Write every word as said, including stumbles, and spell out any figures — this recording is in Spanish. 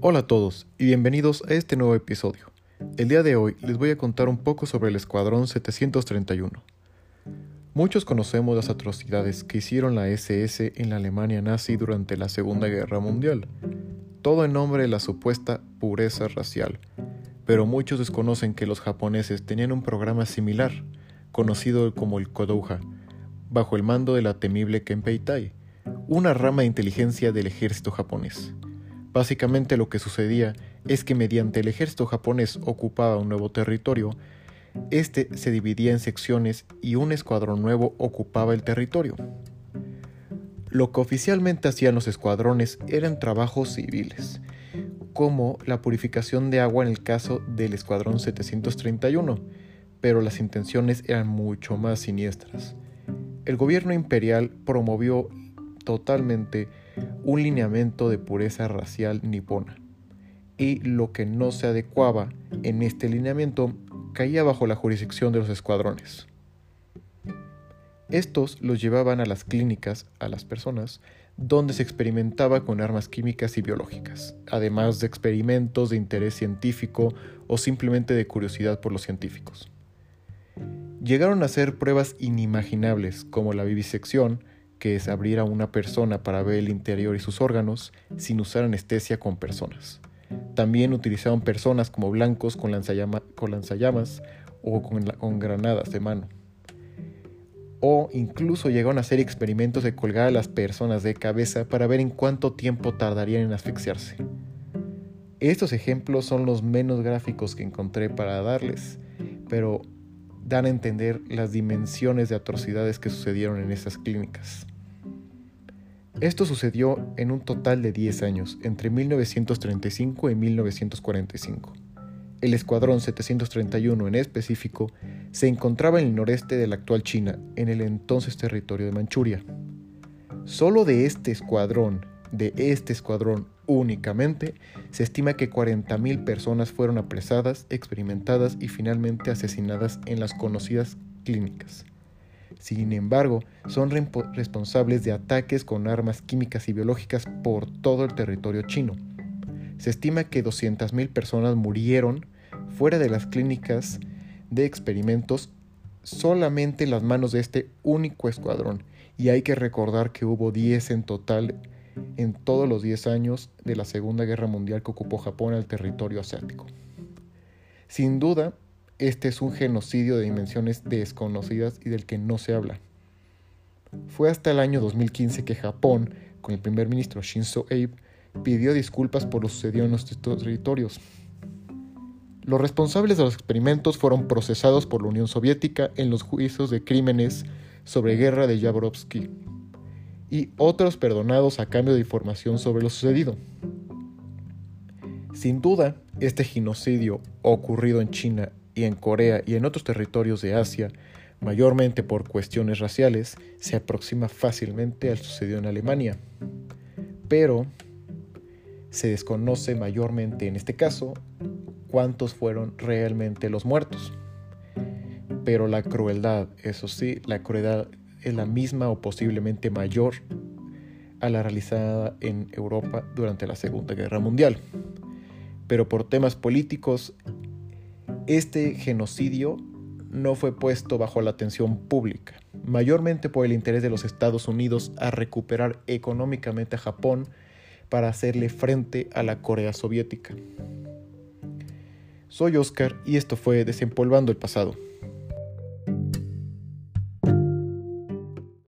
Hola a todos y bienvenidos a este nuevo episodio. El día de hoy les voy a contar un poco sobre el Escuadrón setecientos treinta y uno. Muchos conocemos las atrocidades que hicieron la ese ese en la Alemania nazi durante la Segunda Guerra Mundial, todo en nombre de la supuesta pureza racial, pero muchos desconocen que los japoneses tenían un programa similar, conocido como el Kodouha, bajo el mando de la temible Kempeitai, una rama de inteligencia del ejército japonés. Básicamente lo que sucedía es que mediante el ejército japonés ocupaba un nuevo territorio, este se dividía en secciones y un escuadrón nuevo ocupaba el territorio. Lo que oficialmente hacían los escuadrones eran trabajos civiles, como la purificación de agua en el caso del Escuadrón setecientos treinta y uno, pero las intenciones eran mucho más siniestras. El gobierno imperial promovió totalmente un lineamiento de pureza racial nipona, y lo que no se adecuaba en este lineamiento caía bajo la jurisdicción de los escuadrones. Estos los llevaban a las clínicas, a las personas, donde se experimentaba con armas químicas y biológicas, además de experimentos de interés científico o simplemente de curiosidad por los científicos. Llegaron a hacer pruebas inimaginables como la vivisección, que es abrir a una persona para ver el interior y sus órganos sin usar anestesia con personas. También utilizaron personas como blancos con, lanzallama, con lanzallamas o con, con granadas de mano. O incluso llegaron a hacer experimentos de colgar a las personas de cabeza para ver en cuánto tiempo tardarían en asfixiarse. Estos ejemplos son los menos gráficos que encontré para darles, pero dan a entender las dimensiones de atrocidades que sucedieron en esas clínicas. Esto sucedió en un total de diez años, entre mil novecientos treinta y cinco y mil novecientos cuarenta y cinco. El Escuadrón setecientos treinta y uno en específico se encontraba en el noreste de la actual China, en el entonces territorio de Manchuria. Solo de este escuadrón, de este escuadrón únicamente, se estima que cuarenta mil personas fueron apresadas, experimentadas y finalmente asesinadas en las conocidas clínicas. Sin embargo, son responsables de ataques con armas químicas y biológicas por todo el territorio chino. Se estima que doscientas mil personas murieron fuera de las clínicas de experimentos solamente en las manos de este único escuadrón, y hay que recordar que hubo diez en total en todos los diez años de la Segunda Guerra Mundial que ocupó Japón al territorio asiático. Sin duda, este es un genocidio de dimensiones desconocidas y del que no se habla. Fue hasta el año dos mil quince que Japón, con el primer ministro Shinzo Abe, pidió disculpas por lo sucedido en los territorios. Los responsables de los experimentos fueron procesados por la Unión Soviética en los juicios de crímenes sobre guerra de Yavorinsky, y otros perdonados a cambio de información sobre lo sucedido. Sin duda, este genocidio ocurrido en China y en Corea y en otros territorios de Asia, mayormente por cuestiones raciales, se aproxima fácilmente al sucedido en Alemania. Pero se desconoce mayormente en este caso cuántos fueron realmente los muertos. Pero la crueldad, eso sí, la crueldad es la misma o posiblemente mayor a la realizada en Europa durante la Segunda Guerra Mundial. Pero por temas políticos, este genocidio no fue puesto bajo la atención pública, mayormente por el interés de los Estados Unidos a recuperar económicamente a Japón para hacerle frente a la Corea soviética. Soy Oscar y esto fue Desempolvando el Pasado.